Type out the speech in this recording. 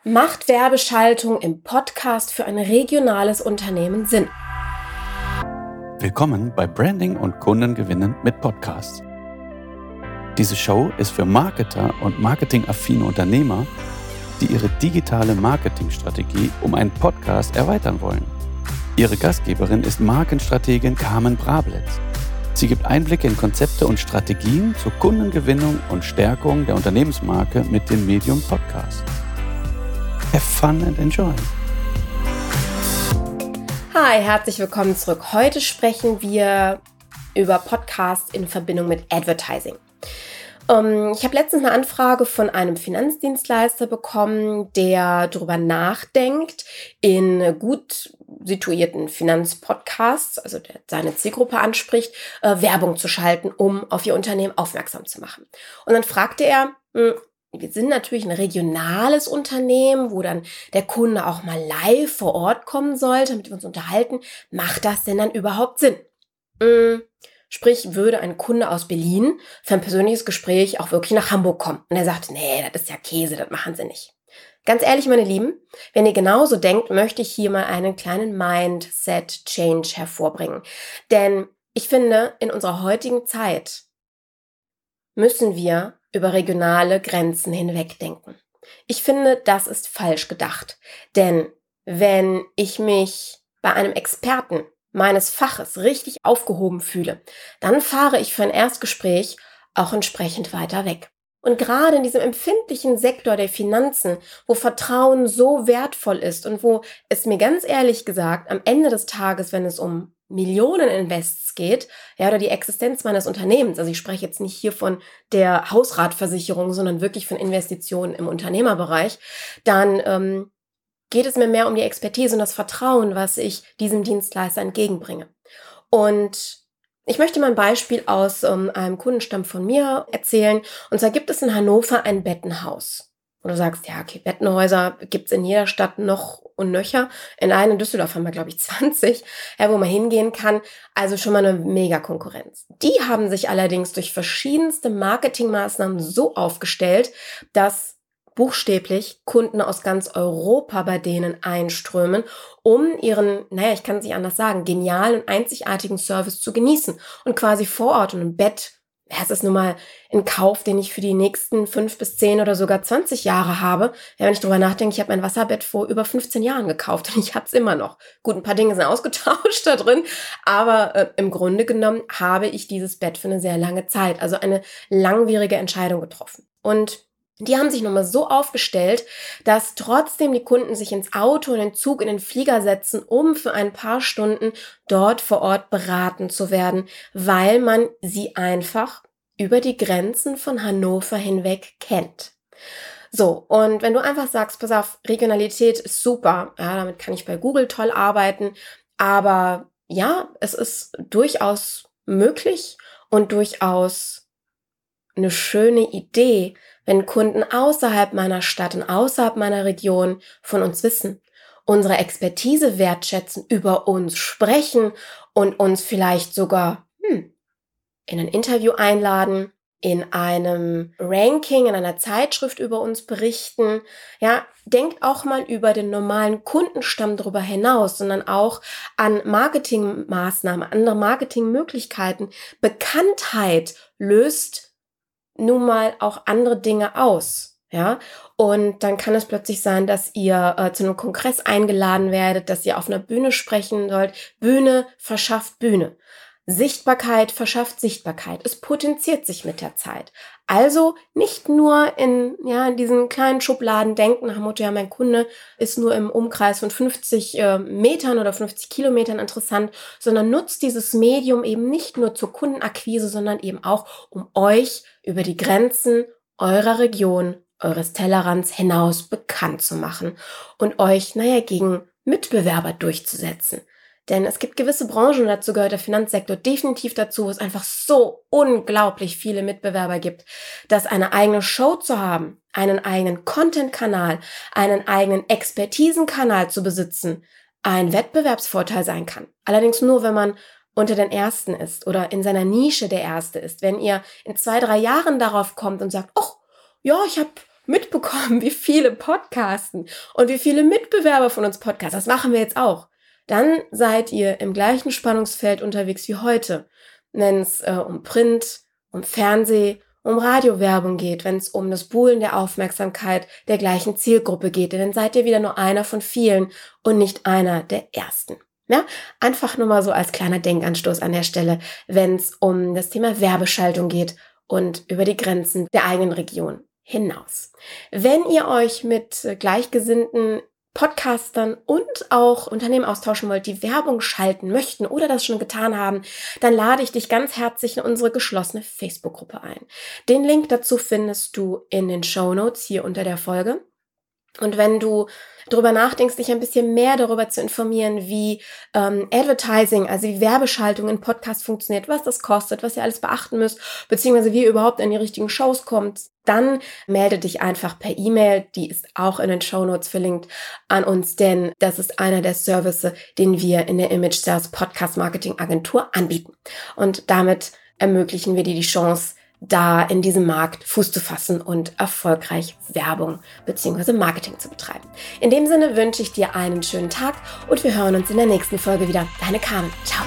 Macht Werbeschaltung im Podcast für ein regionales Unternehmen Sinn? Willkommen bei Branding und Kundengewinnen mit Podcasts. Diese Show ist für Marketer und marketingaffine Unternehmer, die ihre digitale Marketingstrategie um einen Podcast erweitern wollen. Ihre Gastgeberin ist Markenstrategin Carmen Brablitz. Sie gibt Einblicke in Konzepte und Strategien zur Kundengewinnung und Stärkung der Unternehmensmarke mit dem Medium Podcast. Have fun and enjoy. Hi, herzlich willkommen zurück. Heute sprechen wir über Podcasts in Verbindung mit Advertising. Ich habe letztens eine Anfrage von einem Finanzdienstleister bekommen, der darüber nachdenkt, in gut situierten Finanzpodcasts, also der seine Zielgruppe anspricht, Werbung zu schalten, um auf ihr Unternehmen aufmerksam zu machen. Und dann fragte er, wir sind natürlich ein regionales Unternehmen, wo dann der Kunde auch mal live vor Ort kommen sollte, damit wir uns unterhalten. Macht das denn dann überhaupt Sinn? Sprich, würde ein Kunde aus Berlin für ein persönliches Gespräch auch wirklich nach Hamburg kommen? Und er sagt, nee, das ist ja Käse, das machen sie nicht. Ganz ehrlich, meine Lieben, wenn ihr genauso denkt, möchte ich hier mal einen kleinen Mindset-Change hervorbringen. Denn ich finde, in unserer heutigen Zeit müssen wir über regionale Grenzen hinwegdenken. Ich finde, das ist falsch gedacht. Denn wenn ich mich bei einem Experten meines Faches richtig aufgehoben fühle, dann fahre ich für ein Erstgespräch auch entsprechend weiter weg. Und gerade in diesem empfindlichen Sektor der Finanzen, wo Vertrauen so wertvoll ist und wo es mir ganz ehrlich gesagt am Ende des Tages, wenn es um Millionen-Invests geht, ja, oder die Existenz meines Unternehmens, also ich spreche jetzt nicht hier von der Hausratversicherung, sondern wirklich von Investitionen im Unternehmerbereich, dann geht es mir mehr um die Expertise und das Vertrauen, was ich diesem Dienstleister entgegenbringe. Und ich möchte mal ein Beispiel aus einem Kundenstamm von mir erzählen. Und zwar gibt es in Hannover ein Bettenhaus. Und du sagst, ja, okay, Bettenhäuser gibt's in jeder Stadt noch und nöcher. In Düsseldorf haben wir, glaube ich, 20, ja, wo man hingehen kann. Also schon mal eine Mega-Konkurrenz. Die haben sich allerdings durch verschiedenste Marketingmaßnahmen so aufgestellt, dass buchstäblich Kunden aus ganz Europa bei denen einströmen, um ihren, ich kann es nicht anders sagen, genialen und einzigartigen Service zu genießen und quasi vor Ort und im Bett. Es ist nun mal ein Kauf, den ich für die nächsten 5 bis 10 oder sogar 20 Jahre habe. Ja, wenn ich drüber nachdenke, ich habe mein Wasserbett vor über 15 Jahren gekauft und ich habe es immer noch. Gut, ein paar Dinge sind ausgetauscht da drin, aber im Grunde genommen habe ich dieses Bett für eine sehr lange Zeit, also eine langwierige Entscheidung getroffen. Und die haben sich nochmal so aufgestellt, dass trotzdem die Kunden sich ins Auto, in den Zug, in den Flieger setzen, um für ein paar Stunden dort vor Ort beraten zu werden, weil man sie einfach über die Grenzen von Hannover hinweg kennt. So, und wenn du einfach sagst, pass auf, Regionalität ist super, ja, damit kann ich bei Google toll arbeiten, aber ja, es ist durchaus möglich und durchaus eine schöne Idee, wenn Kunden außerhalb meiner Stadt und außerhalb meiner Region von uns wissen, unsere Expertise wertschätzen, über uns sprechen und uns vielleicht sogar in ein Interview einladen, in einem Ranking, in einer Zeitschrift über uns berichten. Ja, denkt auch mal über den normalen Kundenstamm darüber hinaus, sondern auch an Marketingmaßnahmen, andere Marketingmöglichkeiten. Bekanntheit löst nun mal auch andere Dinge aus, ja, und dann kann es plötzlich sein, dass ihr zu einem Kongress eingeladen werdet, dass ihr auf einer Bühne sprechen sollt. Bühne verschafft Bühne. Sichtbarkeit verschafft Sichtbarkeit. Es potenziert sich mit der Zeit. Also nicht nur in diesen kleinen Schubladen denken, nach dem Motto, ja, mein Kunde ist nur im Umkreis von 50 Metern oder 50 Kilometern interessant, sondern nutzt dieses Medium eben nicht nur zur Kundenakquise, sondern eben auch, um euch über die Grenzen eurer Region, eures Tellerrands hinaus bekannt zu machen und euch, gegen Mitbewerber durchzusetzen. Denn es gibt gewisse Branchen, und dazu gehört der Finanzsektor definitiv dazu, wo es einfach so unglaublich viele Mitbewerber gibt, dass eine eigene Show zu haben, einen eigenen Content-Kanal, einen eigenen Expertisenkanal zu besitzen, ein Wettbewerbsvorteil sein kann. Allerdings nur, wenn man unter den Ersten ist oder in seiner Nische der Erste ist. Wenn ihr in 2-3 Jahren darauf kommt und sagt, ach, ja, ich habe mitbekommen, wie viele podcasten und wie viele Mitbewerber von uns podcasten. Das machen wir jetzt auch. Dann seid ihr im gleichen Spannungsfeld unterwegs wie heute, wenn es um Print, um Fernseh, um Radiowerbung geht, wenn es um das Buhlen der Aufmerksamkeit der gleichen Zielgruppe geht. Denn dann seid ihr wieder nur einer von vielen und nicht einer der Ersten. Ja, einfach nur mal so als kleiner Denkanstoß an der Stelle, wenn es um das Thema Werbeschaltung geht und über die Grenzen der eigenen Region hinaus. Wenn ihr euch mit gleichgesinnten Podcastern und auch Unternehmen austauschen wollt, die Werbung schalten möchten oder das schon getan haben, dann lade ich dich ganz herzlich in unsere geschlossene Facebook-Gruppe ein. Den Link dazu findest du in den Shownotes hier unter der Folge. Und wenn du darüber nachdenkst, dich ein bisschen mehr darüber zu informieren, wie Advertising, also wie Werbeschaltung in Podcasts funktioniert, was das kostet, was ihr alles beachten müsst, beziehungsweise wie ihr überhaupt an die richtigen Shows kommt, dann melde dich einfach per E-Mail, die ist auch in den Shownotes verlinkt, an uns, denn das ist einer der Services, den wir in der Image Sales Podcast Marketing Agentur anbieten. Und damit ermöglichen wir dir die Chance, da in diesem Markt Fuß zu fassen und erfolgreich Werbung bzw. Marketing zu betreiben. In dem Sinne wünsche ich dir einen schönen Tag und wir hören uns in der nächsten Folge wieder. Deine Carmen. Ciao.